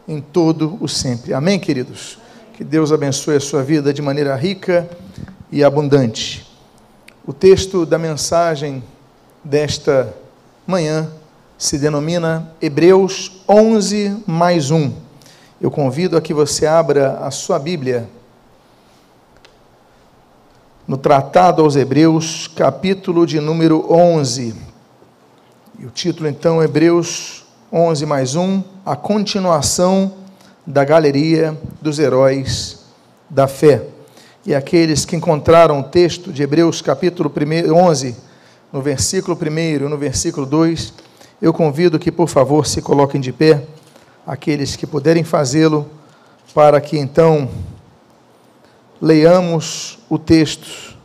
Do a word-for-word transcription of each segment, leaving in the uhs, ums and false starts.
em todo o sempre. Amém, queridos? Que Deus abençoe a sua vida de maneira rica e abundante. O texto da mensagem desta manhã se denomina Hebreus onze mais um. Eu convido a que você abra a sua Bíblia no Tratado aos Hebreus, capítulo de número onze. E o título, então, Hebreus onze mais um, a continuação da galeria dos heróis da fé. E aqueles que encontraram o texto de Hebreus, capítulo onze, no versículo um, no versículo dois, eu convido que, por favor, se coloquem de pé, aqueles que puderem fazê-lo, para que, então, leiamos o texto.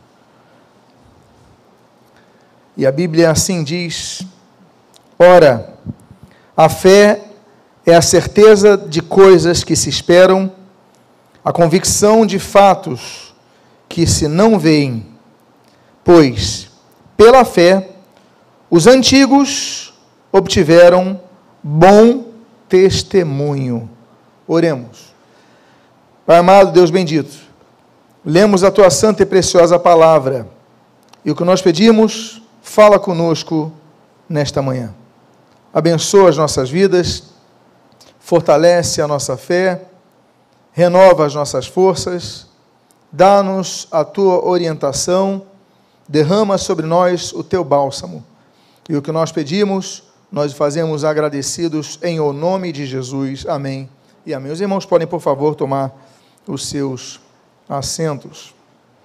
E a Bíblia assim diz: ora, a fé é a certeza de coisas que se esperam, a convicção de fatos que se não veem, pois, pela fé, os antigos obtiveram bom testemunho. Oremos. Pai amado, Deus bendito, lemos a tua santa e preciosa palavra, e o que nós pedimos, fala conosco nesta manhã. Abençoa as nossas vidas, fortalece a nossa fé, renova as nossas forças, dá-nos a tua orientação, derrama sobre nós o teu bálsamo. E o que nós pedimos, nós fazemos agradecidos em o nome de Jesus. Amém e amém. Os irmãos podem, por favor, tomar os seus assentos.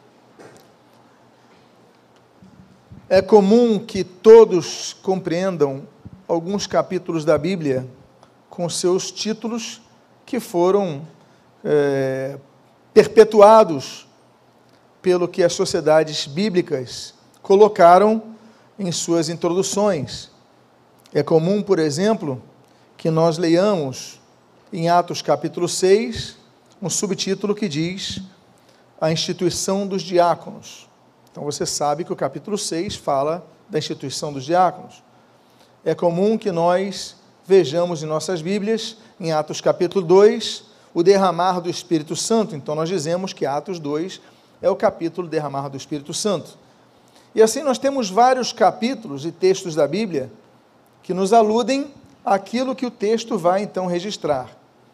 É comum que todos compreendam alguns capítulos da Bíblia com seus títulos que foram é, perpetuados pelo que as sociedades bíblicas colocaram em suas introduções. É comum, por exemplo, que nós leiamos em Atos capítulo seis, um subtítulo que diz a instituição dos diáconos. Então você sabe que o capítulo seis fala da instituição dos diáconos. É comum que nós vejamos em nossas Bíblias, em Atos capítulo dois, o derramar do Espírito Santo. Então nós dizemos que Atos dois é o capítulo derramar do Espírito Santo. E assim nós temos vários capítulos e textos da Bíblia que nos aludem àquilo que o texto vai então registrar.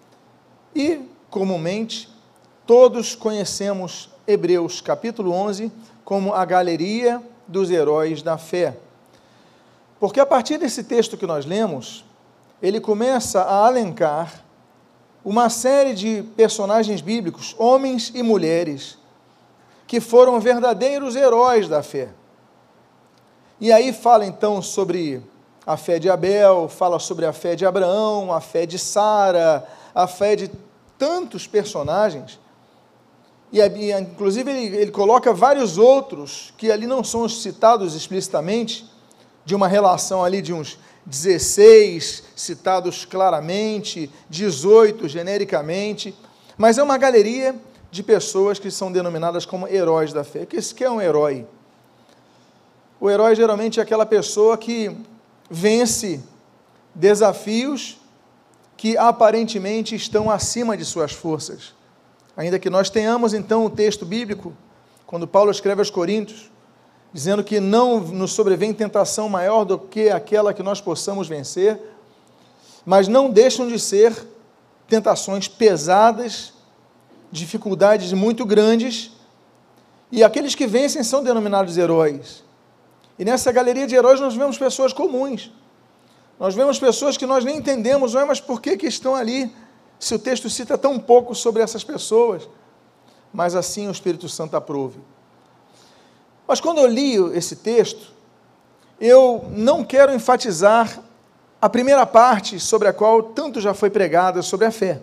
E, comumente, todos conhecemos Hebreus capítulo onze como a galeria dos heróis da fé. Porque a partir desse texto que nós lemos, ele começa a alencar uma série de personagens bíblicos, homens e mulheres, que foram verdadeiros heróis da fé. E aí fala então sobre a fé de Abel, fala sobre a fé de Abraão, a fé de Sara, a fé de tantos personagens. E, inclusive, ele, ele coloca vários outros que ali não são citados explicitamente, de uma relação ali de uns dezesseis citados claramente, dezoito genericamente, mas é uma galeria de pessoas que são denominadas como heróis da fé. O que é um herói? O herói geralmente é aquela pessoa que vence desafios que aparentemente estão acima de suas forças. Ainda que nós tenhamos, então, o texto bíblico, quando Paulo escreve aos Coríntios, dizendo que não nos sobrevém tentação maior do que aquela que nós possamos vencer, mas não deixam de ser tentações pesadas, dificuldades muito grandes, e aqueles que vencem são denominados heróis. E nessa galeria de heróis nós vemos pessoas comuns, nós vemos pessoas que nós nem entendemos, mas por que que estão ali, se o texto cita tão pouco sobre essas pessoas? Mas assim o Espírito Santo aprove. Mas quando eu li esse texto, eu não quero enfatizar a primeira parte sobre a qual tanto já foi pregada, sobre a fé,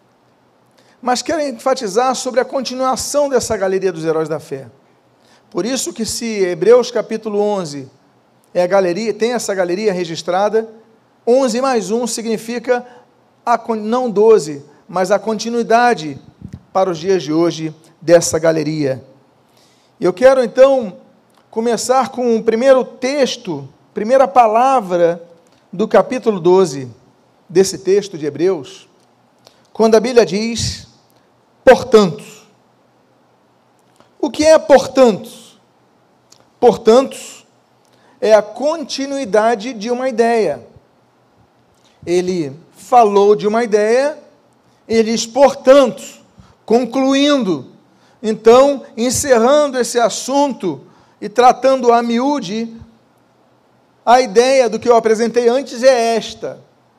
mas quero enfatizar sobre a continuação dessa galeria dos heróis da fé. Por isso que se Hebreus capítulo onze é a galeria, tem essa galeria registrada, onze mais um significa a, não doze, mas a continuidade para os dias de hoje dessa galeria. Eu quero então começar com o primeiro texto, primeira palavra do capítulo doze desse texto de Hebreus, quando a Bíblia diz, portanto. O que é portanto? Portanto, é a continuidade de uma ideia. Ele falou de uma ideia, ele diz, portanto, concluindo, então, encerrando esse assunto e tratando a miúde, a ideia do que eu apresentei antes é esta.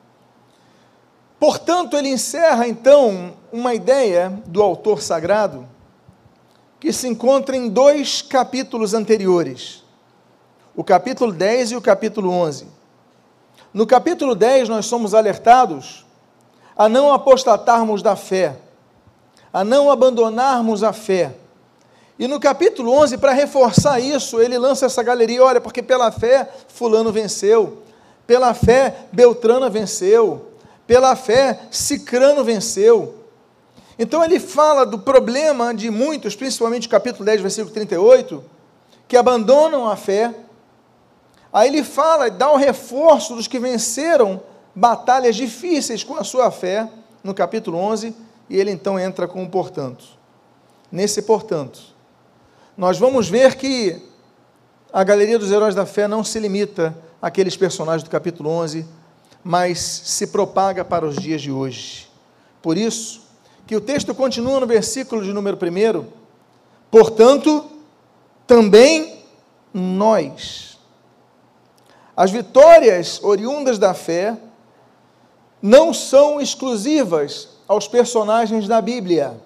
Portanto, ele encerra, então, uma ideia do autor sagrado, que se encontra em dois capítulos anteriores, o capítulo dez e o capítulo onze. No capítulo dez, nós somos alertados a não apostatarmos da fé, a não abandonarmos a fé. E no capítulo onze, para reforçar isso, ele lança essa galeria, olha, porque pela fé fulano venceu, pela fé Beltrana venceu, pela fé Cicrano venceu. Então ele fala do problema de muitos, principalmente o capítulo dez, versículo trinta e oito, que abandonam a fé. Aí ele fala, dá o reforço dos que venceram batalhas difíceis com a sua fé, no capítulo onze, e ele então entra com o portanto. Nesse portanto, nós vamos ver que a galeria dos heróis da fé não se limita àqueles personagens do capítulo onze, mas se propaga para os dias de hoje. Por isso, que o texto continua no versículo de número um, portanto, também nós. As vitórias oriundas da fé não são exclusivas aos personagens da Bíblia.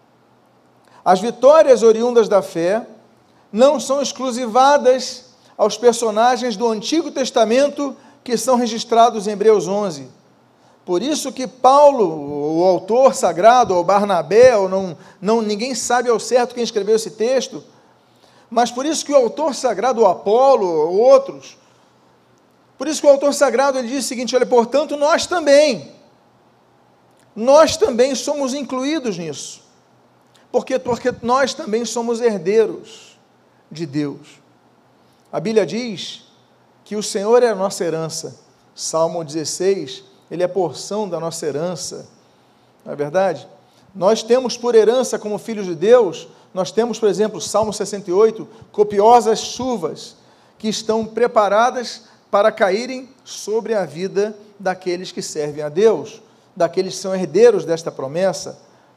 As vitórias oriundas da fé não são exclusivadas aos personagens do Antigo Testamento que são registrados em Hebreus onze. Por isso que Paulo, o autor sagrado, ou Barnabé, ou não, não, ninguém sabe ao certo quem escreveu esse texto, mas por isso que o autor sagrado, o Apolo, ou outros, por isso que o autor sagrado ele diz o seguinte, olha, portanto, nós também, nós também somos incluídos nisso, porque, porque nós também somos herdeiros de Deus. A Bíblia diz que o Senhor é a nossa herança, Salmo dezesseis, ele é porção da nossa herança, não é verdade? Nós temos por herança como filhos de Deus, nós temos, por exemplo, Salmo sessenta e oito, copiosas chuvas, que estão preparadas para caírem sobre a vida daqueles que servem a Deus, daqueles que são herdeiros desta promessa.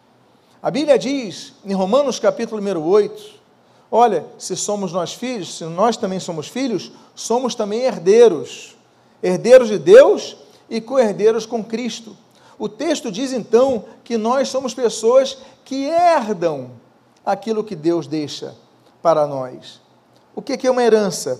A Bíblia diz, em Romanos capítulo número oito, olha, se somos nós filhos, se nós também somos filhos, somos também herdeiros, herdeiros de Deus e co-herdeiros com Cristo. O texto diz então que nós somos pessoas que herdam aquilo que Deus deixa para nós. O que é uma herança?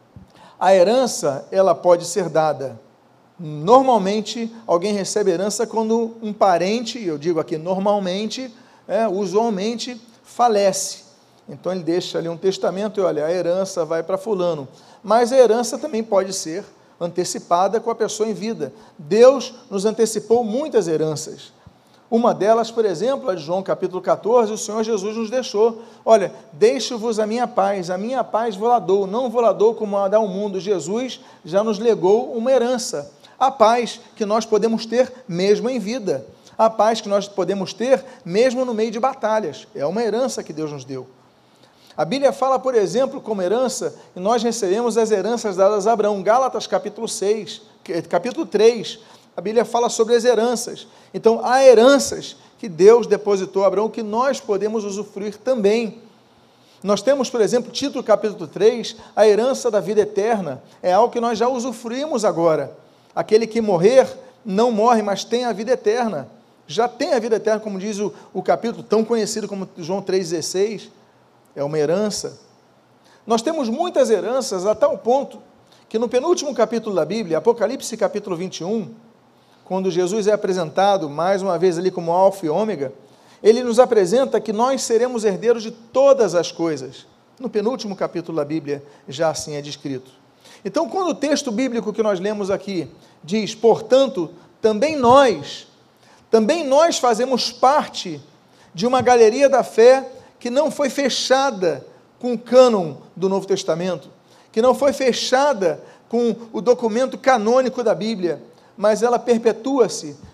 A herança, ela pode ser dada. Normalmente, alguém recebe herança quando um parente, eu digo aqui normalmente, é, usualmente, falece. Então ele deixa ali um testamento e olha, a herança vai para fulano. Mas a herança também pode ser antecipada com a pessoa em vida. Deus nos antecipou muitas heranças. Uma delas, por exemplo, a de João capítulo catorze, o Senhor Jesus nos deixou. Olha, deixo-vos a minha paz, a minha paz vou lá dou, não vou lá dou como a dá o mundo. Jesus já nos legou uma herança. A paz que nós podemos ter mesmo em vida. A paz que nós podemos ter mesmo no meio de batalhas. É uma herança que Deus nos deu. A Bíblia fala, por exemplo, como herança, e nós recebemos as heranças dadas a Abraão, Gálatas capítulo seis, capítulo três, a Bíblia fala sobre as heranças. Então, há heranças que Deus depositou a Abraão, que nós podemos usufruir também. Nós temos, por exemplo, Tito capítulo três, a herança da vida eterna, é algo que nós já usufruímos agora. Aquele que morrer, não morre, mas tem a vida eterna. Já tem a vida eterna, como diz o, o capítulo tão conhecido como João três dezesseis, é uma herança. Nós temos muitas heranças a tal ponto que no penúltimo capítulo da Bíblia, Apocalipse capítulo vinte e um, quando Jesus é apresentado mais uma vez ali como Alfa e Ômega, ele nos apresenta que nós seremos herdeiros de todas as coisas. No penúltimo capítulo da Bíblia já assim é descrito. Então, quando o texto bíblico que nós lemos aqui diz, portanto, também nós, também nós fazemos parte de uma galeria da fé que não foi fechada com o cânon do Novo Testamento, que não foi fechada com o documento canônico da Bíblia, mas ela perpetua-se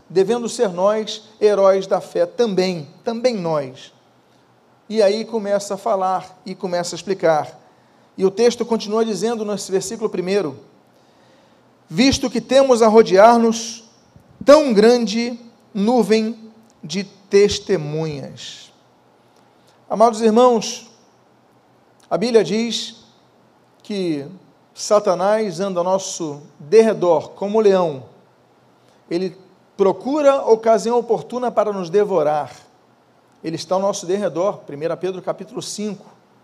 devendo ser nós heróis da fé também, também nós. E aí começa a falar e começa a explicar. E o texto continua dizendo nesse versículo primeiro: visto que temos a rodear-nos tão grande nuvem de testemunhas. Amados irmãos, a Bíblia diz que Satanás anda ao nosso derredor como leão. Ele procura a ocasião oportuna para nos devorar. Ele está ao nosso derredor, primeiro Pedro capítulo cinco.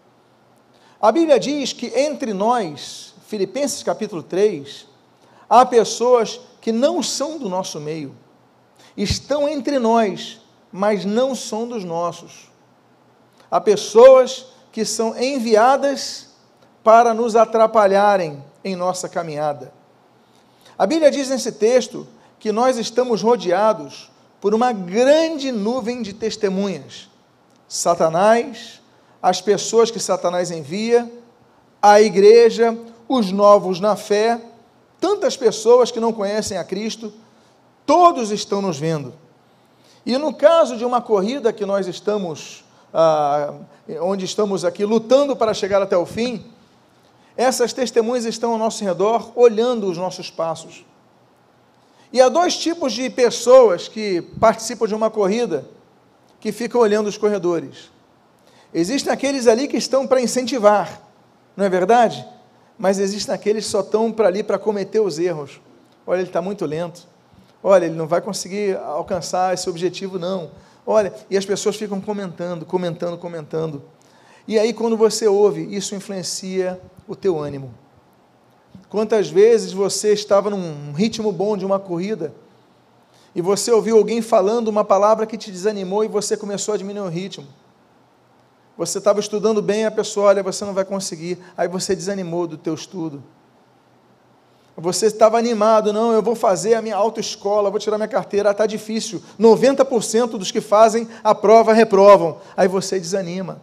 A Bíblia diz que entre nós, Filipenses capítulo três, há pessoas que não são do nosso meio, estão entre nós, mas não são dos nossos. Há pessoas que são enviadas para nos atrapalharem em nossa caminhada. A Bíblia diz nesse texto que nós estamos rodeados por uma grande nuvem de testemunhas. Satanás, as pessoas que Satanás envia, a igreja, os novos na fé, tantas pessoas que não conhecem a Cristo, todos estão nos vendo. E no caso de uma corrida que nós estamos, ah, onde estamos aqui lutando para chegar até o fim, essas testemunhas estão ao nosso redor, olhando os nossos passos. E há dois tipos de pessoas que participam de uma corrida, que ficam olhando os corredores. Existem aqueles ali que estão para incentivar, não é verdade? Mas existem aqueles que só estão para ali para cometer os erros. Olha, ele está muito lento. Olha, ele não vai conseguir alcançar esse objetivo, não. Olha, e as pessoas ficam comentando, comentando, comentando. E aí, quando você ouve, isso influencia o teu ânimo. Quantas vezes você estava num ritmo bom de uma corrida e você ouviu alguém falando uma palavra que te desanimou e você começou a diminuir o ritmo. Você estava estudando bem, a pessoa, olha, você não vai conseguir. Aí você desanimou do teu estudo. Você estava animado, não, eu vou fazer a minha autoescola, vou tirar minha carteira, está difícil. noventa por cento dos que fazem a prova reprovam. Aí você desanima.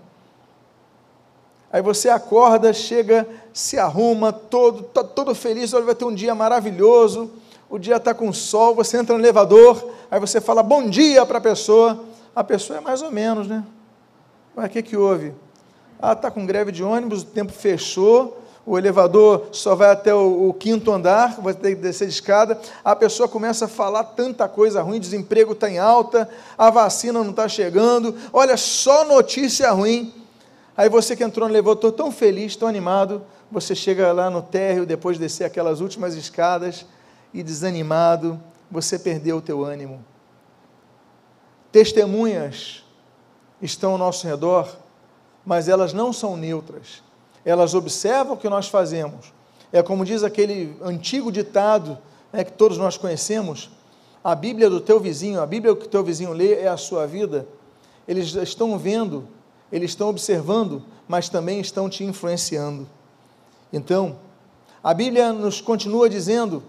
Aí você acorda, chega, se arruma, todo, tá todo feliz, olha, vai ter um dia maravilhoso, o dia está com sol, você entra no elevador, aí você fala bom dia para a pessoa, a pessoa é mais ou menos, né? Mas o que que houve? Ah, está com greve de ônibus, o tempo fechou, o elevador só vai até o, o quinto andar, vai ter que descer de escada, a pessoa começa a falar tanta coisa ruim, desemprego está em alta, a vacina não está chegando, olha, só notícia ruim. Aí você que entrou no elevador tão feliz, tão animado, você chega lá no térreo, depois de descer aquelas últimas escadas, e desanimado, você perdeu o teu ânimo. Testemunhas estão ao nosso redor, mas elas não são neutras. Elas observam o que nós fazemos. É como diz aquele antigo ditado, né, que todos nós conhecemos, a Bíblia do teu vizinho, a Bíblia que o teu vizinho lê é a sua vida. Eles estão vendo, eles estão observando, mas também estão te influenciando. Então, a Bíblia nos continua dizendo,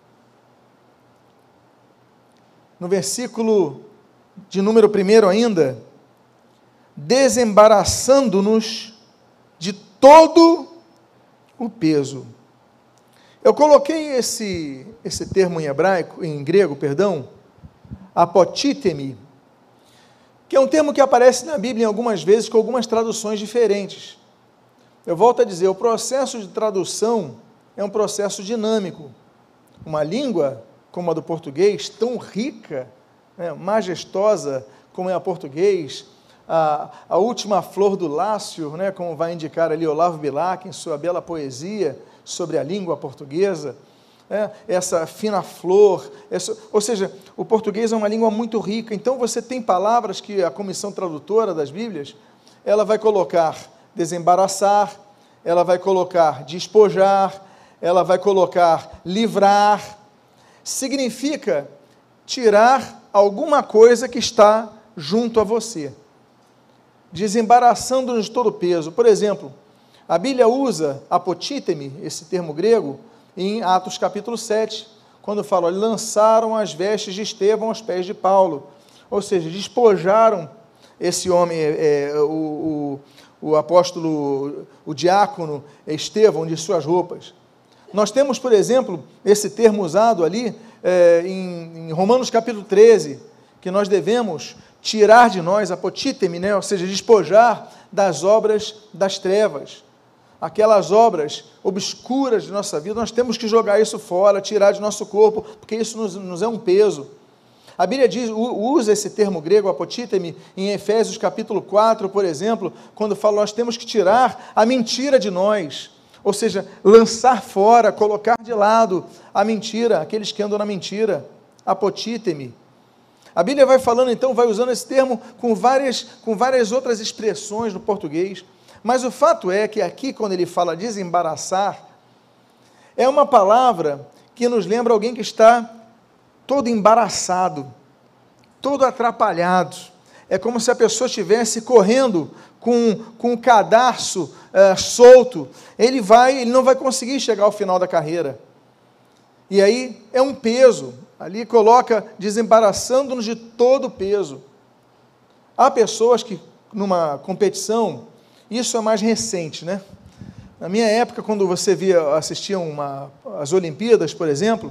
no versículo de número primeiro ainda, desembaraçando-nos de todo o peso. Eu coloquei esse, esse termo em hebraico, em grego, perdão, apotítemi, que é um termo que aparece na Bíblia em algumas vezes com algumas traduções diferentes. Eu volto a dizer, o processo de tradução é um processo dinâmico. Uma língua como a do português, tão rica, né, majestosa como é a português, a, a última flor do Lácio, né, como vai indicar ali Olavo Bilac em sua bela poesia sobre a língua portuguesa, né, essa fina flor, essa, ou seja, o português é uma língua muito rica, então você tem palavras que a comissão tradutora das Bíblias, ela vai colocar desembaraçar, ela vai colocar despojar, ela vai colocar livrar, significa tirar alguma coisa que está junto a você, desembaraçando-nos de todo o peso. Por exemplo, a Bíblia usa apotítemi, esse termo grego, em Atos capítulo sete, quando fala, lançaram as vestes de Estevão aos pés de Paulo, ou seja, despojaram esse homem, é, é, o, o, o apóstolo, o diácono Estevão, de suas roupas. Nós temos, por exemplo, esse termo usado ali, é, em, em Romanos capítulo treze, que nós devemos tirar de nós, apotíteme, né? Ou seja, despojar das obras das trevas. Aquelas obras obscuras de nossa vida, nós temos que jogar isso fora, tirar de nosso corpo, porque isso nos, nos é um peso. A Bíblia diz, usa esse termo grego, apotíteme, em Efésios capítulo quatro, por exemplo, quando fala, nós temos que tirar a mentira de nós, ou seja, lançar fora, colocar de lado a mentira, aqueles que andam na mentira, apotíteme. A Bíblia vai falando, então, vai usando esse termo com várias, com várias outras expressões no português, mas o fato é que aqui, quando ele fala desembaraçar, é uma palavra que nos lembra alguém que está todo embaraçado, todo atrapalhado. É como se a pessoa estivesse correndo com, com o cadarço uh, solto. Ele, vai, ele não vai conseguir chegar ao final da carreira. E aí é um peso. Ali coloca desembaraçando-nos de todo o peso. Há pessoas que, numa competição, isso é mais recente, né? Na minha época, quando você via, assistia uma, as Olimpíadas, por exemplo,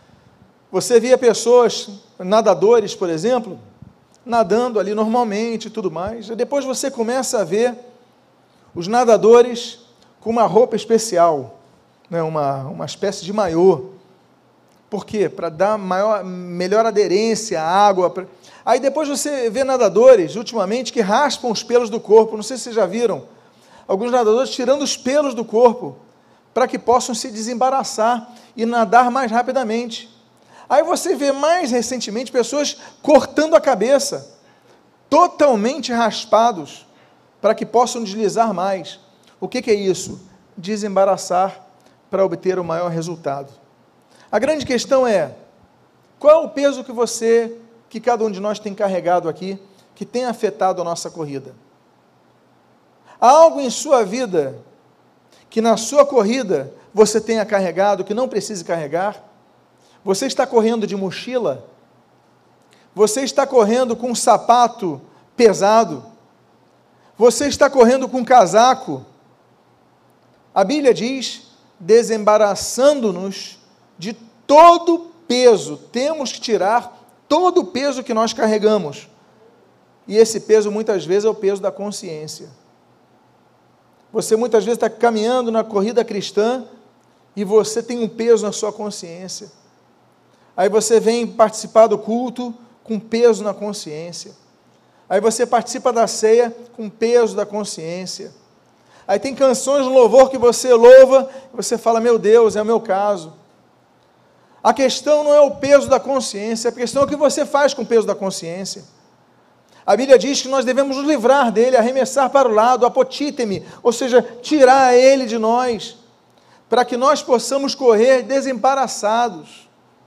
você via pessoas, nadadores, por exemplo, nadando ali normalmente e tudo mais, e depois você começa a ver os nadadores com uma roupa especial, né, uma, uma espécie de maiô. Por quê? Para dar maior, melhor aderência à água. Pra... Aí depois você vê nadadores, ultimamente, que raspam os pelos do corpo, não sei se vocês já viram, alguns nadadores tirando os pelos do corpo, para que possam se desembaraçar e nadar mais rapidamente. Aí você vê mais recentemente pessoas cortando a cabeça, totalmente raspados, para que possam deslizar mais. O que, que é isso? Desembaraçar para obter o maior resultado. A grande questão é, qual é o peso que você, que cada um de nós tem carregado aqui, que tem afetado a nossa corrida? Há algo em sua vida, que na sua corrida, você tenha carregado, que não precise carregar? Você está correndo de mochila? Você está correndo com um sapato pesado? Você está correndo com um casaco? A Bíblia diz, desembaraçando-nos de todo peso, temos que tirar todo o peso que nós carregamos. E esse peso, muitas vezes, é o peso da consciência. Você, muitas vezes, está caminhando na corrida cristã e você tem um peso na sua consciência. Aí você vem participar do culto com peso na consciência. Aí você participa da ceia com peso da consciência. Aí tem canções no louvor que você louva, e você fala, meu Deus, é o meu caso. A questão não é o peso da consciência, a questão é o que você faz com o peso da consciência. A Bíblia diz que nós devemos nos livrar dele, arremessar para o lado, apotíteme, ou seja, tirar ele de nós, para que nós possamos correr desembaraçados.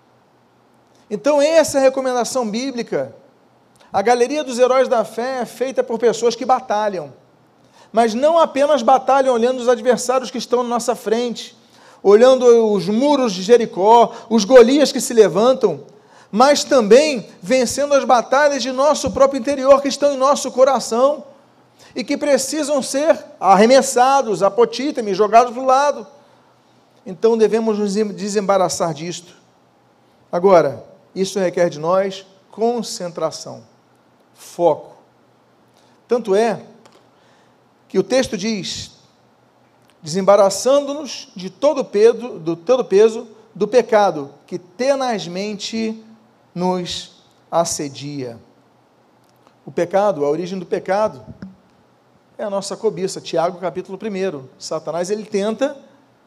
Então, essa é a recomendação bíblica. A galeria dos heróis da fé é feita por pessoas que batalham, mas não apenas batalham olhando os adversários que estão na nossa frente, olhando os muros de Jericó, os Golias que se levantam, mas também vencendo as batalhas de nosso próprio interior, que estão em nosso coração, e que precisam ser arremessados, apotíteme, jogados para o lado. Então, devemos nos desembaraçar disto. Agora, isso requer de nós concentração, foco. Tanto é que o texto diz, desembaraçando-nos de todo peso, do todo peso do pecado que tenazmente nos assedia. O pecado, a origem do pecado é a nossa cobiça. Tiago, capítulo primeiro. Satanás, ele tenta,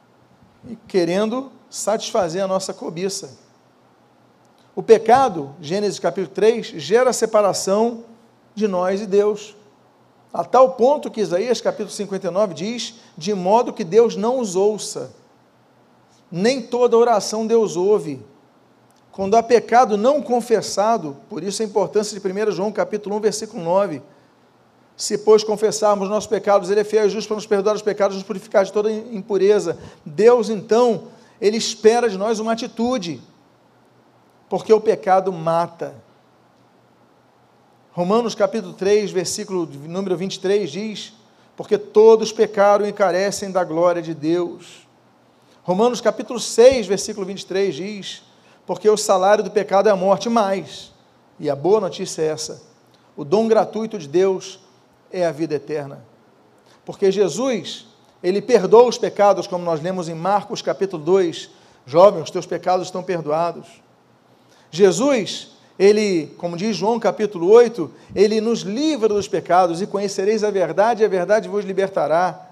querendo satisfazer a nossa cobiça. O pecado, Gênesis capítulo três, gera a separação de nós e Deus, a tal ponto que Isaías capítulo cinquenta e nove diz, de modo que Deus não os ouça, nem toda oração Deus ouve. Quando há pecado não confessado, por isso a importância de primeiro João capítulo um, versículo nove, se pois confessarmos nossos pecados, ele é fiel e justo para nos perdoar os pecados e nos purificar de toda impureza. Deus, então, ele espera de nós uma atitude, porque o pecado mata. Romanos capítulo três, versículo número vinte e três diz, porque todos pecaram e carecem da glória de Deus. Romanos capítulo seis, versículo vinte e três diz, porque o salário do pecado é a morte, mas, e a boa notícia é essa, o dom gratuito de Deus é a vida eterna, porque Jesus, ele perdoa os pecados, como nós lemos em Marcos capítulo dois, jovem, os teus pecados estão perdoados. Jesus, ele, como diz João capítulo oito, ele nos livra dos pecados, e conhecereis a verdade, e a verdade vos libertará.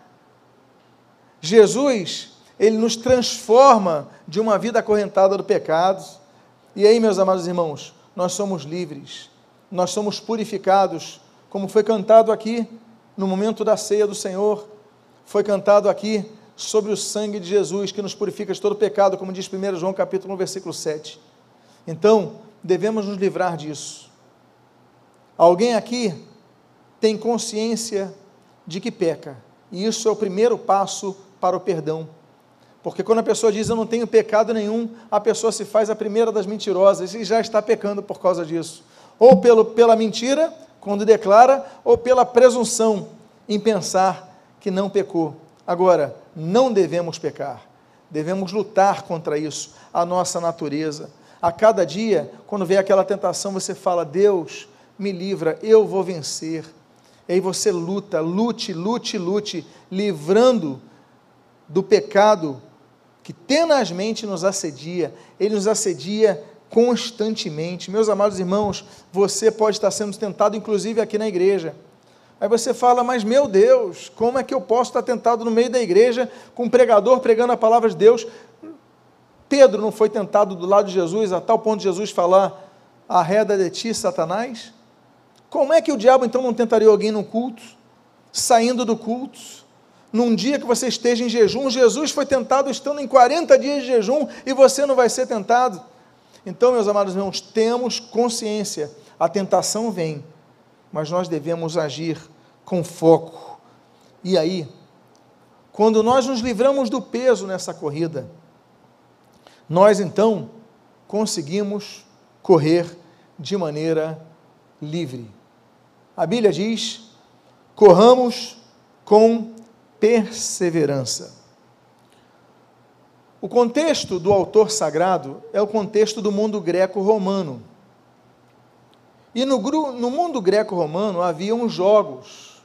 Jesus, ele nos transforma de uma vida acorrentada do pecado, e aí, meus amados irmãos, nós somos livres, nós somos purificados, como foi cantado aqui, no momento da ceia do Senhor, foi cantado aqui, sobre o sangue de Jesus, que nos purifica de todo pecado, como diz primeiro João capítulo um, versículo sete, então, devemos nos livrar disso. Alguém aqui tem consciência de que peca, e isso é o primeiro passo para o perdão, porque quando a pessoa diz eu não tenho pecado nenhum, a pessoa se faz a primeira das mentirosas, e já está pecando por causa disso, ou pelo, pela mentira, quando declara, ou pela presunção em pensar que não pecou. Agora, não devemos pecar, devemos lutar contra isso, a nossa natureza. A cada dia, quando vem aquela tentação, você fala, Deus, me livra, eu vou vencer. E aí você luta, lute, lute, lute, livrando do pecado que tenazmente nos assedia, ele nos assedia constantemente. Meus amados irmãos, você pode estar sendo tentado, inclusive aqui na igreja. Aí você fala, mas meu Deus, como é que eu posso estar tentado no meio da igreja, com um pregador pregando a palavra de Deus? Pedro não foi tentado do lado de Jesus, a tal ponto de Jesus falar, arreda de ti, Satanás? Como é que o diabo então não tentaria alguém no culto, saindo do culto, num dia que você esteja em jejum? Jesus foi tentado estando em quarenta dias de jejum, e você não vai ser tentado? Então, meus amados irmãos, temos consciência, a tentação vem, mas nós devemos agir com foco. E aí, quando nós nos livramos do peso nessa corrida, nós então conseguimos correr de maneira livre. A Bíblia diz, corramos com perseverança. O contexto do autor sagrado é o contexto do mundo greco-romano. E no, no mundo greco-romano haviam jogos,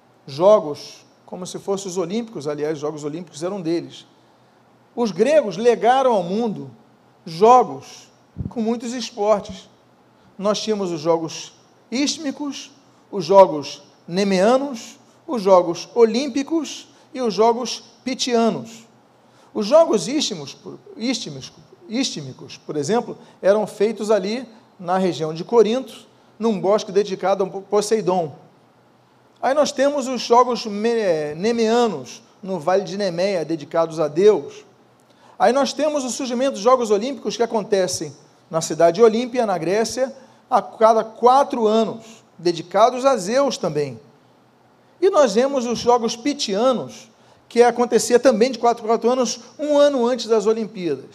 jogos como se fossem os olímpicos, aliás, os Jogos Olímpicos eram deles. Os gregos legaram ao mundo jogos com muitos esportes. Nós tínhamos os jogos istmicos, os jogos nemeanos, os jogos olímpicos e os jogos pitianos. Os jogos istmicos, istmicos, istmicos, por exemplo, eram feitos ali na região de Corinto, num bosque dedicado a Poseidon. Aí nós temos os jogos nemeanos, no Vale de Nemeia, dedicados a Deus. Aí nós temos o surgimento dos Jogos Olímpicos, que acontecem na cidade de Olímpia, na Grécia, a cada quatro anos, dedicados a Zeus também. E nós vemos os Jogos Pitianos, que acontecia também de quatro em quatro anos, um ano antes das Olimpíadas.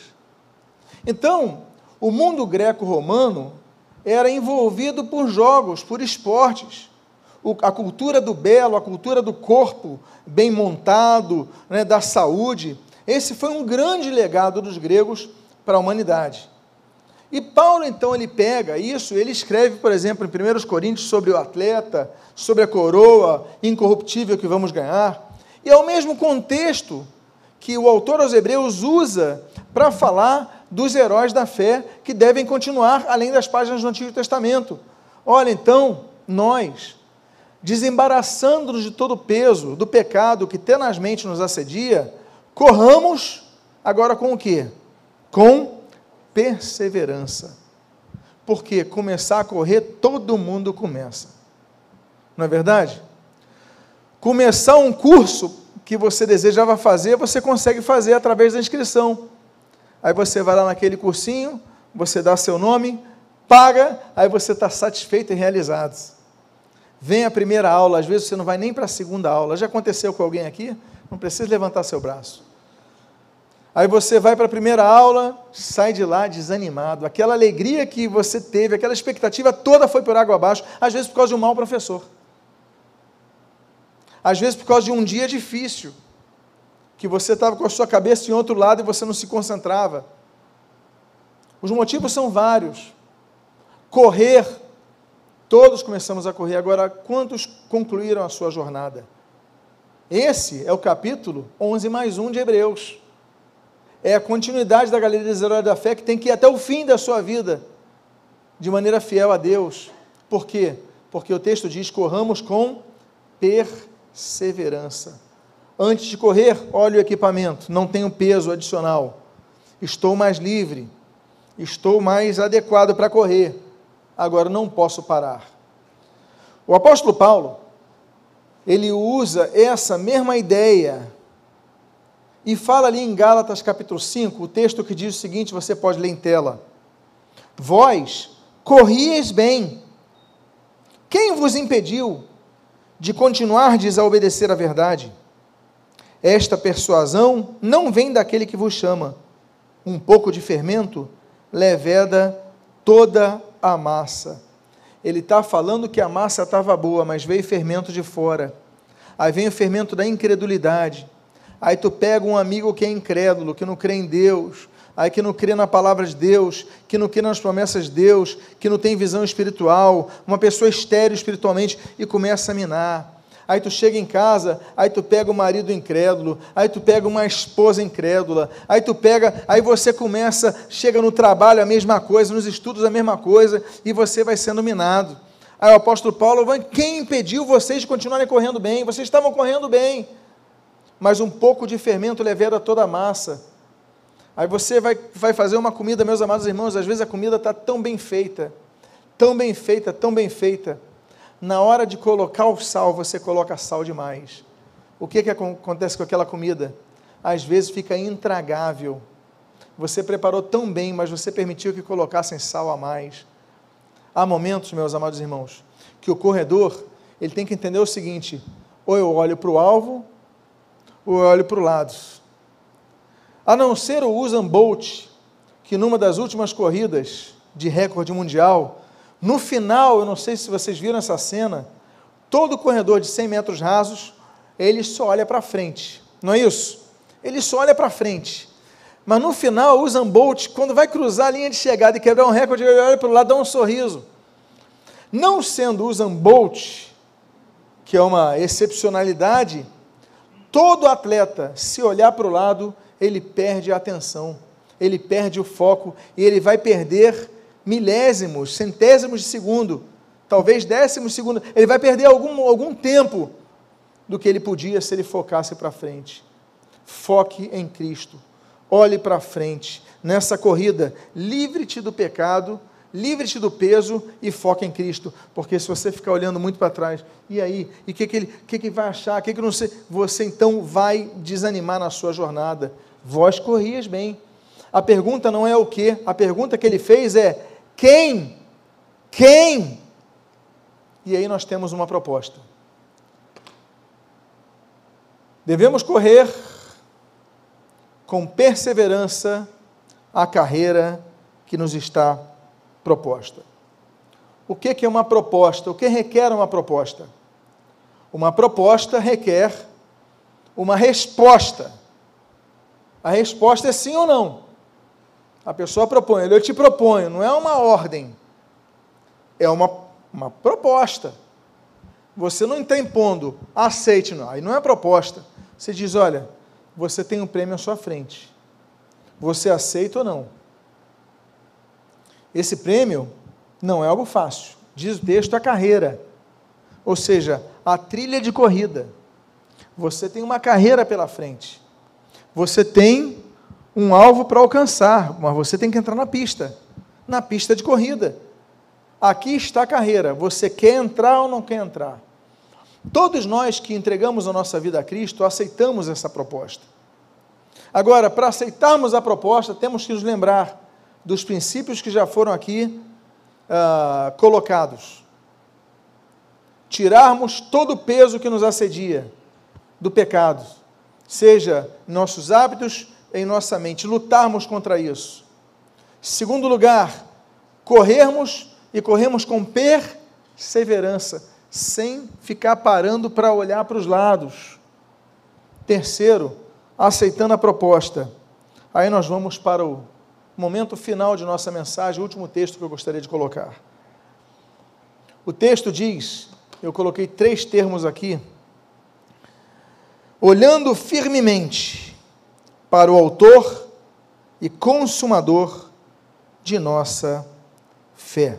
Então, o mundo greco-romano era envolvido por jogos, por esportes. O, a cultura do belo, a cultura do corpo bem montado, né, da saúde, esse foi um grande legado dos gregos para a humanidade. E Paulo, então, ele pega isso, ele escreve, por exemplo, em primeira Coríntios, sobre o atleta, sobre a coroa incorruptível que vamos ganhar, e é o mesmo contexto que o autor aos Hebreus usa para falar dos heróis da fé que devem continuar além das páginas do Antigo Testamento. Olha, então, nós, desembaraçando-nos de todo o peso do pecado que tenazmente nos assedia, corramos agora com o quê? Com perseverança. Porque começar a correr, todo mundo começa. Não é verdade? Começar um curso que você desejava fazer, você consegue fazer através da inscrição. Aí você vai lá naquele cursinho, você dá seu nome, paga, aí você está satisfeito e realizado. Vem a primeira aula, às vezes você não vai nem para a segunda aula. Já aconteceu com alguém aqui? Não precisa levantar seu braço. Aí você vai para a primeira aula, sai de lá desanimado. Aquela alegria que você teve, aquela expectativa toda foi por água abaixo, às vezes por causa de um mau professor. Às vezes por causa de um dia difícil, que você estava com a sua cabeça em outro lado e você não se concentrava. Os motivos são vários. Correr, todos começamos a correr. Agora, quantos concluíram a sua jornada? Esse é o capítulo onze mais um de Hebreus. É a continuidade da galeria dos heróis da fé que tem que ir até o fim da sua vida, de maneira fiel a Deus. Por quê? Porque o texto diz, corramos com perseverança. Antes de correr, olha o equipamento, não tenho peso adicional, estou mais livre, estou mais adequado para correr, agora não posso parar. O apóstolo Paulo, ele usa essa mesma ideia, e fala ali em Gálatas capítulo cinco, o texto que diz o seguinte, você pode ler em tela, vós corrieis bem, quem vos impediu de continuardes a obedecer à verdade? Esta persuasão não vem daquele que vos chama. Um pouco de fermento leveda toda a massa. Ele está falando que a massa estava boa, mas veio fermento de fora. Aí vem o fermento da incredulidade. Aí tu pega um amigo que é incrédulo, que não crê em Deus, aí que não crê na palavra de Deus, que não crê nas promessas de Deus, que não tem visão espiritual, uma pessoa estéril espiritualmente, e começa a minar. Aí tu chega em casa, aí tu pega o marido incrédulo, aí tu pega uma esposa incrédula, aí tu pega, aí você começa, chega no trabalho a mesma coisa, nos estudos a mesma coisa, e você vai sendo minado. Aí o apóstolo Paulo, quem impediu vocês de continuarem correndo bem? Vocês estavam correndo bem, mas um pouco de fermento leveda toda a massa. Aí você vai, vai fazer uma comida, meus amados irmãos, às vezes a comida está tão bem feita, tão bem feita, tão bem feita, na hora de colocar o sal, você coloca sal demais. O que, que acontece com aquela comida? Às vezes fica intragável. Você preparou tão bem, mas você permitiu que colocassem sal a mais. Há momentos, meus amados irmãos, que o corredor, ele tem que entender o seguinte, ou eu olho para o alvo, ou eu olho para o lado. A não ser o Usain Bolt, que numa das últimas corridas de recorde mundial, no final, eu não sei se vocês viram essa cena, todo corredor de cem metros rasos, ele só olha para frente, não é isso? Ele só olha para frente, mas no final, o Usain Bolt, quando vai cruzar a linha de chegada e quebrar um recorde, ele olha para o lado e dá um sorriso. Não sendo o Usain Bolt, que é uma excepcionalidade, todo atleta, se olhar para o lado, ele perde a atenção, ele perde o foco, e ele vai perder milésimos, centésimos de segundo, talvez décimos de segundo, ele vai perder algum, algum tempo do que ele podia se ele focasse para frente. Foque em Cristo, olhe para frente, nessa corrida, livre-te do pecado, livre-te do peso e foque em Cristo, porque se você ficar olhando muito para trás, e aí, e o que, que ele que que vai achar, o que, que não sei, você então vai desanimar na sua jornada. Vós corrias bem. A pergunta não é o que, a pergunta que ele fez é, quem? Quem? E aí nós temos uma proposta. Devemos correr com perseverança a carreira que nos está proposta. O que que é uma proposta? O que requer uma proposta? Uma proposta requer uma resposta. A resposta é sim ou não. A pessoa propõe, eu te proponho, não é uma ordem, é uma, uma proposta. Você não está impondo, aceite, não, aí não é proposta. Você diz, olha, você tem um prêmio à sua frente, você aceita ou não? Esse prêmio não é algo fácil, diz o texto, a carreira, ou seja, a trilha de corrida. Você tem uma carreira pela frente, você tem um alvo para alcançar, mas você tem que entrar na pista, na pista de corrida. Aqui está a carreira, você quer entrar ou não quer entrar? Todos nós que entregamos a nossa vida a Cristo, aceitamos essa proposta. Agora, para aceitarmos a proposta, temos que nos lembrar dos princípios que já foram aqui ah, colocados. Tirarmos todo o peso que nos assedia do pecado, seja nossos hábitos, em nossa mente, lutarmos contra isso. Segundo lugar, corrermos e corrermos com perseverança, sem ficar parando para olhar para os lados. Terceiro, aceitando a proposta. Aí nós vamos para o momento final de nossa mensagem, o último texto que eu gostaria de colocar. O texto diz, eu coloquei três termos aqui, olhando firmemente para o autor e consumador de nossa fé.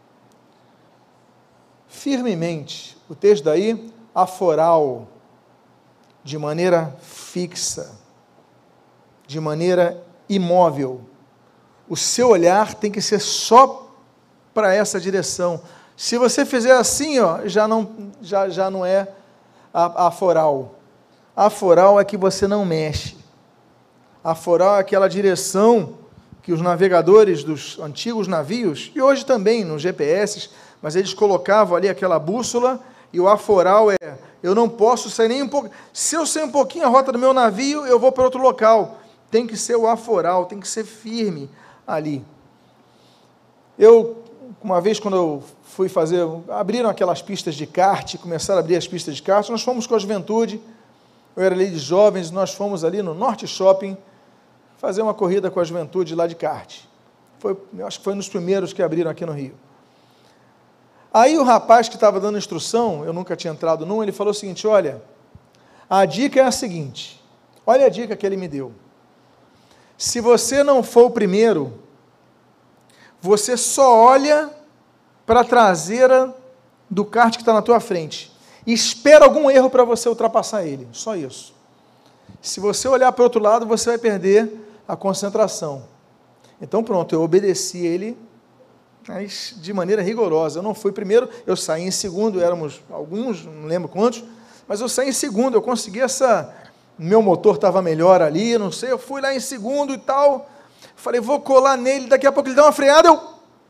Firmemente, o texto daí, aforal, de maneira fixa, de maneira imóvel. O seu olhar tem que ser só para essa direção. Se você fizer assim, ó, já, não, já, já não é aforal. Aforal é que você não mexe. Aforal é aquela direção que os navegadores dos antigos navios, e hoje também nos G P S, mas eles colocavam ali aquela bússola, e o aforal é, eu não posso sair nem um pouco, se eu sair um pouquinho a rota do meu navio, eu vou para outro local. Tem que ser o aforal, tem que ser firme ali. Eu, uma vez quando eu fui fazer, abriram aquelas pistas de kart, começaram a abrir as pistas de kart, nós fomos com a juventude, eu era ali de jovens, nós fomos ali no Norte Shopping, fazer uma corrida com a juventude lá de kart. Foi, eu acho que foi nos primeiros que abriram aqui no Rio. Aí o rapaz que estava dando instrução, eu nunca tinha entrado num, ele falou o seguinte, olha, a dica é a seguinte, olha a dica que ele me deu. Se você não for o primeiro, você só olha para a traseira do kart que está na tua frente e espera algum erro para você ultrapassar ele, só isso. Se você olhar para o outro lado, você vai perder a concentração. Então pronto, eu obedeci ele, mas de maneira rigorosa. Eu não fui primeiro, eu saí em segundo, éramos alguns, não lembro quantos, mas eu saí em segundo, eu consegui essa... Meu motor estava melhor ali, não sei, eu fui lá em segundo e tal, falei, vou colar nele, daqui a pouco ele dá uma freada, eu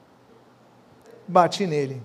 bati nele.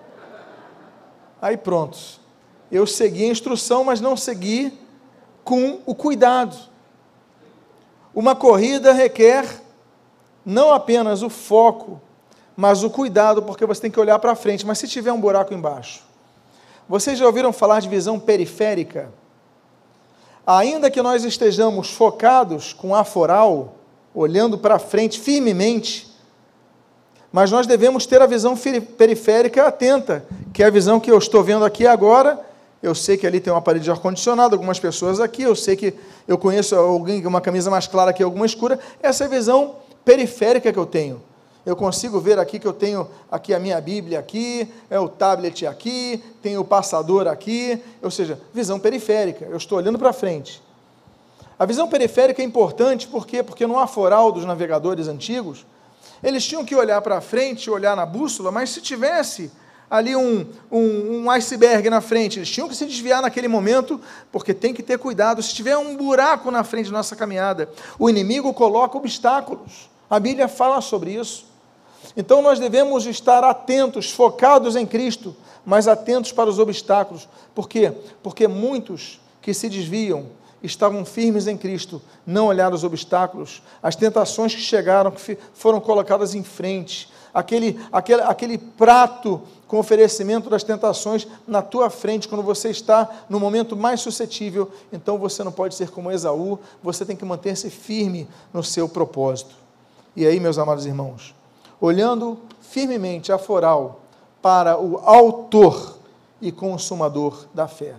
Aí pronto, eu segui a instrução, mas não segui com o cuidado. Uma corrida requer não apenas o foco, mas o cuidado, porque você tem que olhar para frente, mas se tiver um buraco embaixo. Vocês já ouviram falar de visão periférica? Ainda que nós estejamos focados com aforal, olhando para frente firmemente, mas nós devemos ter a visão periférica atenta, que é a visão que eu estou vendo aqui agora. Eu sei que ali tem uma parede de ar-condicionado, algumas pessoas aqui, eu sei que eu conheço alguém com uma camisa mais clara que alguma escura. Essa é a visão periférica que eu tenho. Eu consigo ver aqui que eu tenho aqui a minha Bíblia aqui, é o tablet aqui, tenho o passador aqui, ou seja, visão periférica, eu estou olhando para frente. A visão periférica é importante, por quê? Porque no aforal dos navegadores antigos, eles tinham que olhar para frente, olhar na bússola, mas se tivesse ali um, um, um iceberg na frente, eles tinham que se desviar naquele momento, porque tem que ter cuidado, se tiver um buraco na frente da nossa caminhada, o inimigo coloca obstáculos, a Bíblia fala sobre isso. Então nós devemos estar atentos, focados em Cristo, mas atentos para os obstáculos. Por quê? Porque muitos que se desviam estavam firmes em Cristo, não olharam os obstáculos, as tentações que chegaram, que foram colocadas em frente, aquele, aquele, aquele prato com oferecimento das tentações na tua frente, quando você está no momento mais suscetível, então você não pode ser como Esaú, você tem que manter-se firme no seu propósito. E aí, meus amados irmãos, olhando firmemente aforal para o autor e consumador da fé.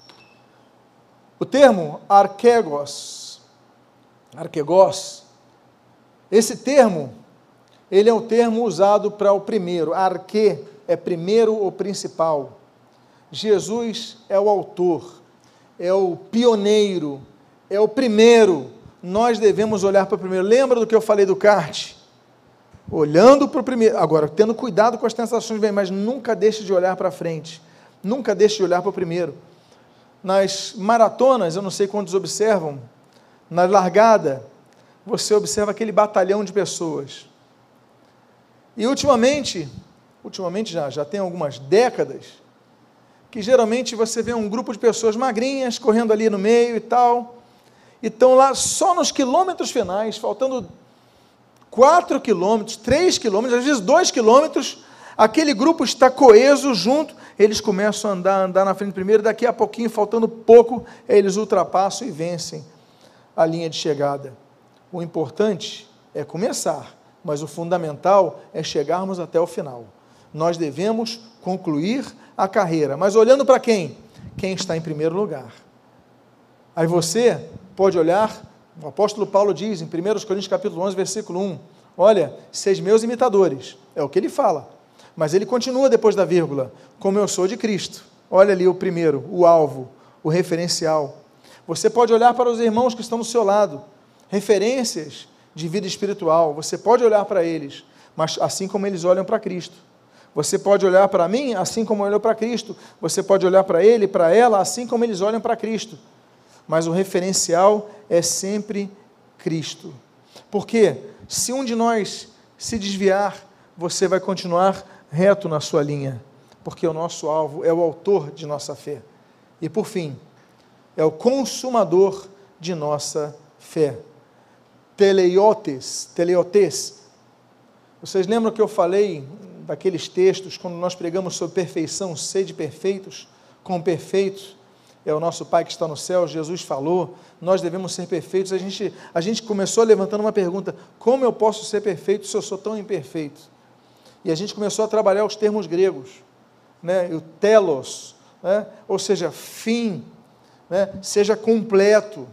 O termo arquegos, arquegos, esse termo, ele é o termo usado para o primeiro, arque é primeiro ou principal. Jesus é o autor, é o pioneiro, é o primeiro. Nós devemos olhar para o primeiro. Lembra do que eu falei do kart? Olhando para o primeiro, agora, tendo cuidado com as tentações, bem, mas nunca deixe de olhar para frente, nunca deixe de olhar para o primeiro. Nas maratonas, eu não sei quantos observam, na largada, você observa aquele batalhão de pessoas. E ultimamente, ultimamente já, já tem algumas décadas, que geralmente você vê um grupo de pessoas magrinhas, correndo ali no meio e tal, e estão lá só nos quilômetros finais, faltando quatro quilômetros, três quilômetros, às vezes dois quilômetros, aquele grupo está coeso junto, eles começam a andar, andar na frente primeiro, daqui a pouquinho, faltando pouco, eles ultrapassam e vencem a linha de chegada. O importante é começar, mas o fundamental é chegarmos até o final. Nós devemos concluir a carreira, mas olhando para quem? Quem está em primeiro lugar. Aí você pode olhar, o apóstolo Paulo diz em primeira Coríntios capítulo onze, versículo um, olha, sejam meus imitadores, é o que ele fala, mas ele continua depois da vírgula, como eu sou de Cristo. Olha ali o primeiro, o alvo, o referencial. Você pode olhar para os irmãos que estão do seu lado, referências de vida espiritual, você pode olhar para eles, mas assim como eles olham para Cristo. Você pode olhar para mim, assim como olhou para Cristo. Você pode olhar para ele, para ela, assim como eles olham para Cristo. Mas o referencial é sempre Cristo. Porque se um de nós se desviar, você vai continuar reto na sua linha, porque o nosso alvo é o autor de nossa fé. E por fim, é o consumador de nossa fé. Teleiotes, teleiotes. Vocês lembram que eu falei daqueles textos, quando nós pregamos sobre perfeição, sede perfeitos, com perfeitos, é o nosso Pai que está no céu, Jesus falou, nós devemos ser perfeitos. A gente, a gente começou levantando uma pergunta, como eu posso ser perfeito se eu sou tão imperfeito? E a gente começou a trabalhar os termos gregos, né? O telos, né? Ou seja, fim, né? Seja completo.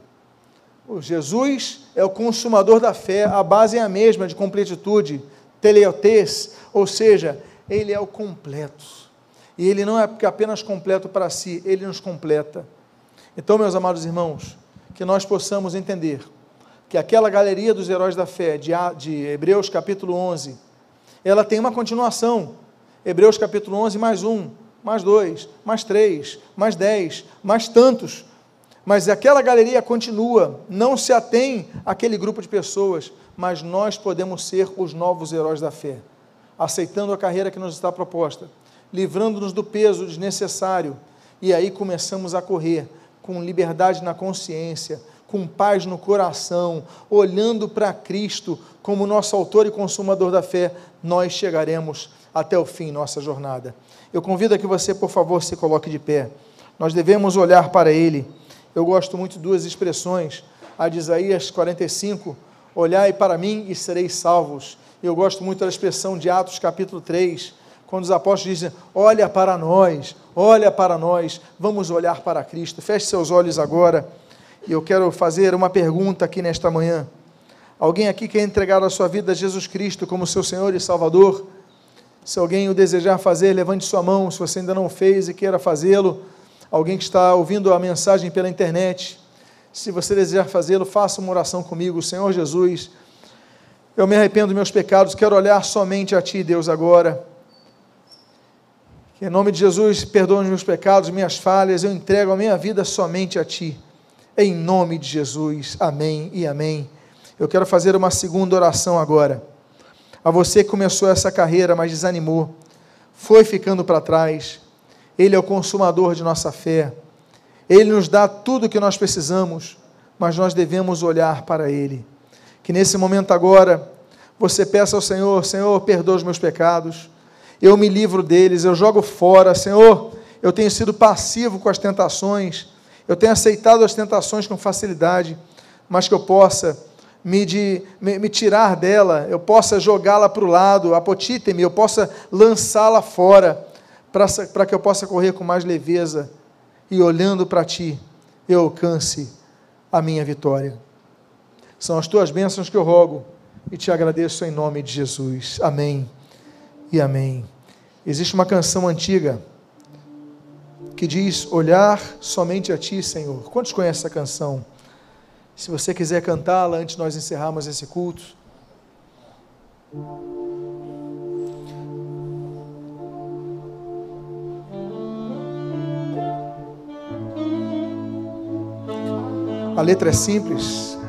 O Jesus é o consumador da fé, a base é a mesma de completitude, teleiotes, ou seja, ele é o completo, e ele não é apenas completo para si, ele nos completa. Então, meus amados irmãos, que nós possamos entender que aquela galeria dos heróis da fé, de, de Hebreus capítulo onze, ela tem uma continuação, Hebreus capítulo onze, mais um, mais dois, mais três, mais dez, mais tantos, mas aquela galeria continua, não se atém àquele grupo de pessoas, mas nós podemos ser os novos heróis da fé, aceitando a carreira que nos está proposta, livrando-nos do peso desnecessário, e aí começamos a correr com liberdade na consciência, com paz no coração, olhando para Cristo como nosso autor e consumador da fé, nós chegaremos até o fim nossa jornada. Eu convido a que você, por favor, se coloque de pé. Nós devemos olhar para Ele. Eu gosto muito de duas expressões, a de Isaías quarenta e cinco, olhai para mim e sereis salvos. Eu gosto muito da expressão de Atos capítulo três, quando os apóstolos dizem, olha para nós, olha para nós, vamos olhar para Cristo. Feche seus olhos agora, e eu quero fazer uma pergunta aqui nesta manhã. Alguém aqui quer entregar a sua vida a Jesus Cristo como seu Senhor e Salvador? Se alguém o desejar fazer, levante sua mão, se você ainda não fez e queira fazê-lo. Alguém que está ouvindo a mensagem pela internet, se você desejar fazê-lo, faça uma oração comigo. Senhor Jesus, eu me arrependo dos meus pecados, quero olhar somente a Ti, Deus, agora. Que em nome de Jesus, perdoa os meus pecados, minhas falhas, eu entrego a minha vida somente a Ti. Em nome de Jesus, amém e amém. Eu quero fazer uma segunda oração agora. A você que começou essa carreira, mas desanimou, foi ficando para trás. Ele é o consumador de nossa fé. Ele nos dá tudo o que nós precisamos, mas nós devemos olhar para Ele. Que nesse momento agora, você peça ao Senhor, Senhor, perdoa os meus pecados, eu me livro deles, eu jogo fora, Senhor, eu tenho sido passivo com as tentações, eu tenho aceitado as tentações com facilidade, mas que eu possa me, de, me, me tirar dela, eu possa jogá-la para o lado, apotite-me, eu possa lançá-la fora, para que eu possa correr com mais leveza, e olhando para Ti, eu alcance a minha vitória. São as Tuas bênçãos que eu rogo, e Te agradeço em nome de Jesus. Amém e amém. Existe uma canção antiga, que diz, olhar somente a Ti, Senhor. Quantos conhecem essa canção? Se você quiser cantá-la, antes de nós encerrarmos esse culto. A letra é simples.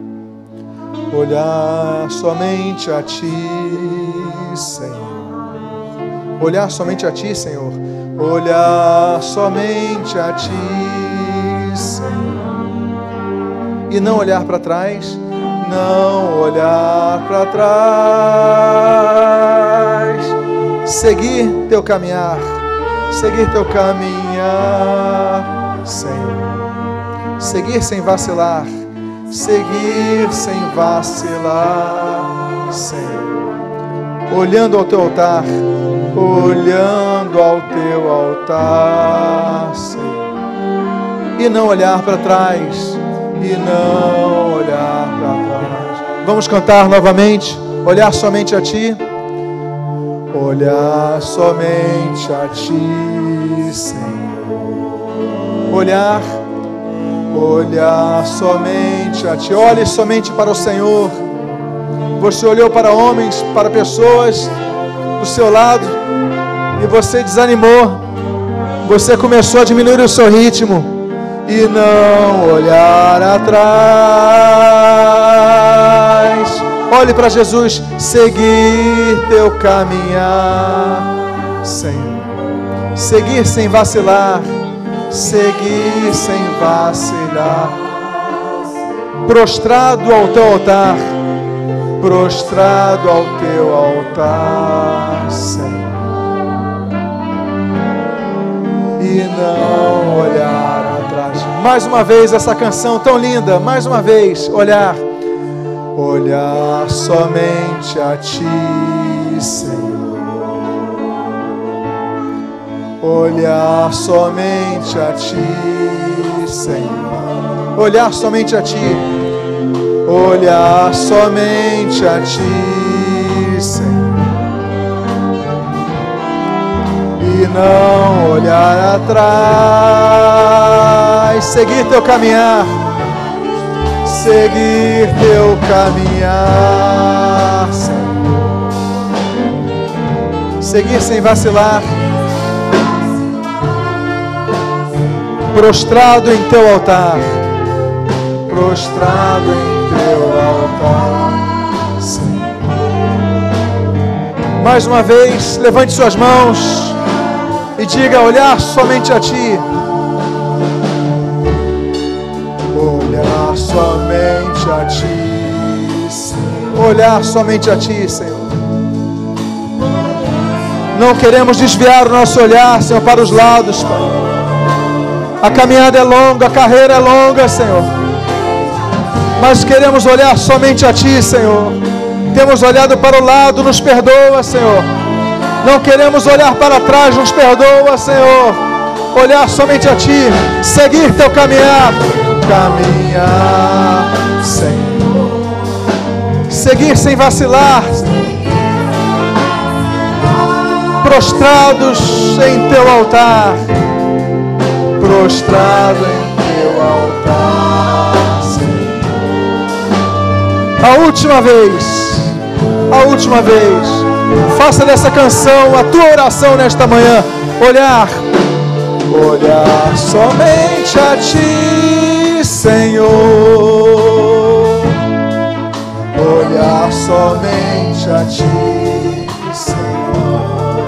Olhar somente a Ti, Senhor. Olhar somente a Ti, Senhor. Olhar somente a Ti, Senhor. E não olhar para trás. Não olhar para trás. Seguir Teu caminhar. Seguir Teu caminhar, Senhor. Seguir sem vacilar, seguir sem vacilar, Senhor. Olhando ao teu altar, olhando ao teu altar, Senhor. E não olhar para trás, e não olhar para trás. Vamos cantar novamente, olhar somente a Ti. Olhar somente a Ti, Senhor. Olhar, olhar somente a Ti. Olhe somente para o Senhor. Você olhou para homens, para pessoas do seu lado e você desanimou. Você começou a diminuir o seu ritmo e não olhar atrás. Olhe para Jesus, seguir teu caminhar, Senhor. Seguir sem vacilar, seguir sem vacilar. Prostrado ao teu altar, prostrado ao teu altar, Senhor. E não olhar atrás. Mais uma vez essa canção tão linda, mais uma vez, olhar. Olhar somente a Ti, Senhor. Olhar somente a Ti, Senhor. Olhar somente a Ti. Olhar somente a Ti, Senhor. E não olhar atrás. Seguir teu caminhar. Seguir teu caminhar, Senhor. Seguir sem vacilar. Prostrado em teu altar. Prostrado em teu altar, Senhor. Mais uma vez, levante suas mãos e diga: olhar somente a Ti. Olhar somente a Ti, Senhor. Olhar somente a Ti, Senhor. Não queremos desviar o nosso olhar, Senhor, para os lados, Pai. A caminhada é longa, a carreira é longa, Senhor. Mas queremos olhar somente a Ti, Senhor. Temos olhado para o lado, nos perdoa, Senhor. Não queremos olhar para trás, nos perdoa, Senhor. Olhar somente a Ti, seguir teu caminhar. Caminhar, Senhor. Seguir sem vacilar. Prostrados em teu altar. Prostrado em teu altar, Senhor. A última vez, a última vez, faça dessa canção a tua oração nesta manhã. Olhar, olhar somente a Ti, Senhor. Olhar somente a Ti, Senhor.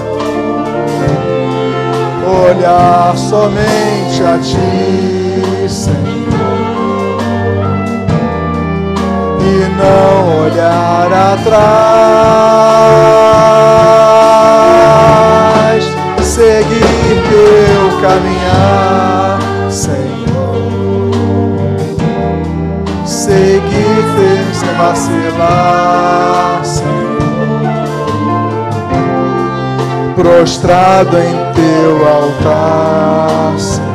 Olhar somente a Ti, Senhor. E não olhar atrás. Seguir teu caminhar, Senhor. Seguir teu sem vacilar, Senhor. Prostrado em teu altar, Senhor.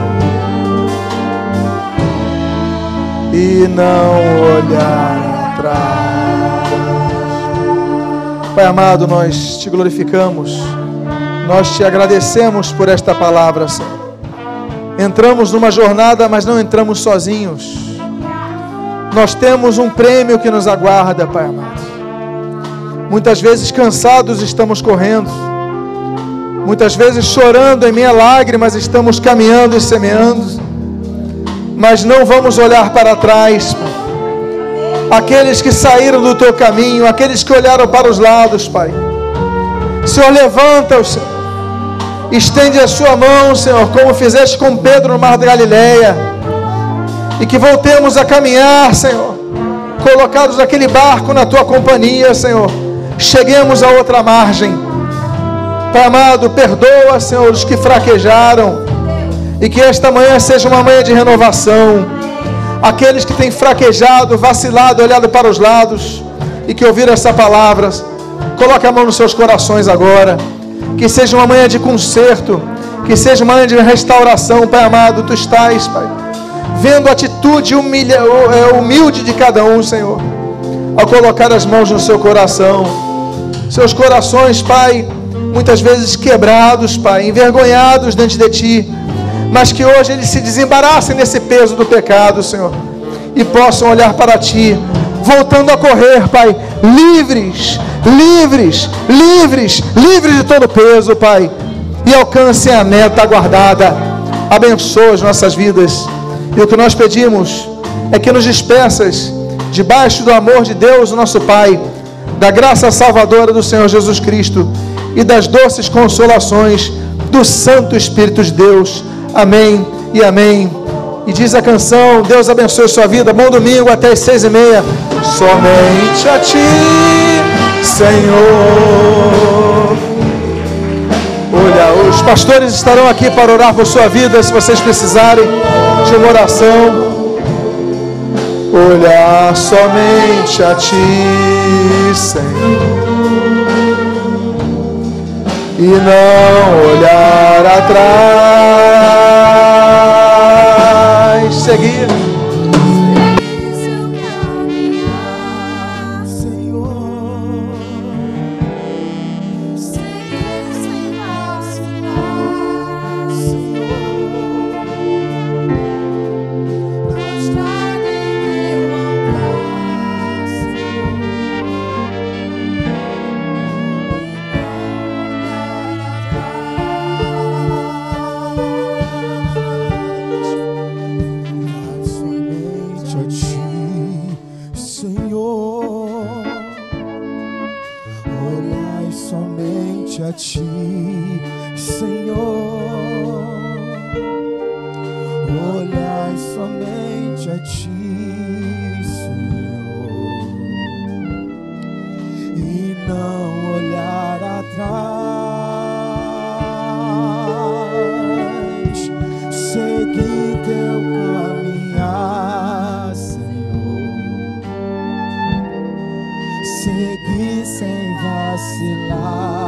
E não olhar atrás. Pai amado, nós Te glorificamos. Nós Te agradecemos por esta palavra, Senhor. Entramos numa jornada, mas não entramos sozinhos. Nós temos um prêmio que nos aguarda, Pai amado. Muitas vezes cansados estamos correndo. Muitas vezes chorando em meia lágrimas estamos caminhando e semeando. Mas não vamos olhar para trás, Pai. Aqueles que saíram do Teu caminho, aqueles que olharam para os lados, Pai. Senhor, levanta-os, Senhor. Estende a sua mão, Senhor, como fizeste com Pedro no mar da Galileia. E que voltemos a caminhar, Senhor, colocados naquele barco na Tua companhia, Senhor. Cheguemos a outra margem. Pai amado, perdoa, Senhor, os que fraquejaram. E que esta manhã seja uma manhã de renovação. Aqueles que têm fraquejado, vacilado, olhado para os lados, e que ouviram essa palavra, coloque a mão nos seus corações agora. Que seja uma manhã de conserto, que seja uma manhã de restauração, Pai amado. Tu estás, Pai, vendo a atitude humilha, humilde de cada um, Senhor, ao colocar as mãos no seu coração. Seus corações, Pai, muitas vezes quebrados, Pai, envergonhados diante de Ti, mas que hoje eles se desembaraçem desse peso do pecado, Senhor, e possam olhar para Ti, voltando a correr, Pai, livres, livres, livres, livres de todo peso, Pai, e alcancem a meta aguardada. Abençoa as nossas vidas, e o que nós pedimos é que nos despeças debaixo do amor de Deus, o nosso Pai, da graça salvadora do Senhor Jesus Cristo e das doces consolações do Santo Espírito de Deus. Amém e amém. E diz a canção: Deus abençoe sua vida. Bom domingo até as seis e meia. Somente a Ti, Senhor. Olha, os pastores estarão aqui para orar por sua vida, se vocês precisarem de uma oração. Olhar somente a Ti, Senhor, e não olhar atrás. Seguir. a Ti, Senhor. Olhai somente a Ti, Senhor, e não olhar atrás. Seguir Teu caminhar, Senhor. Seguir sem vacilar.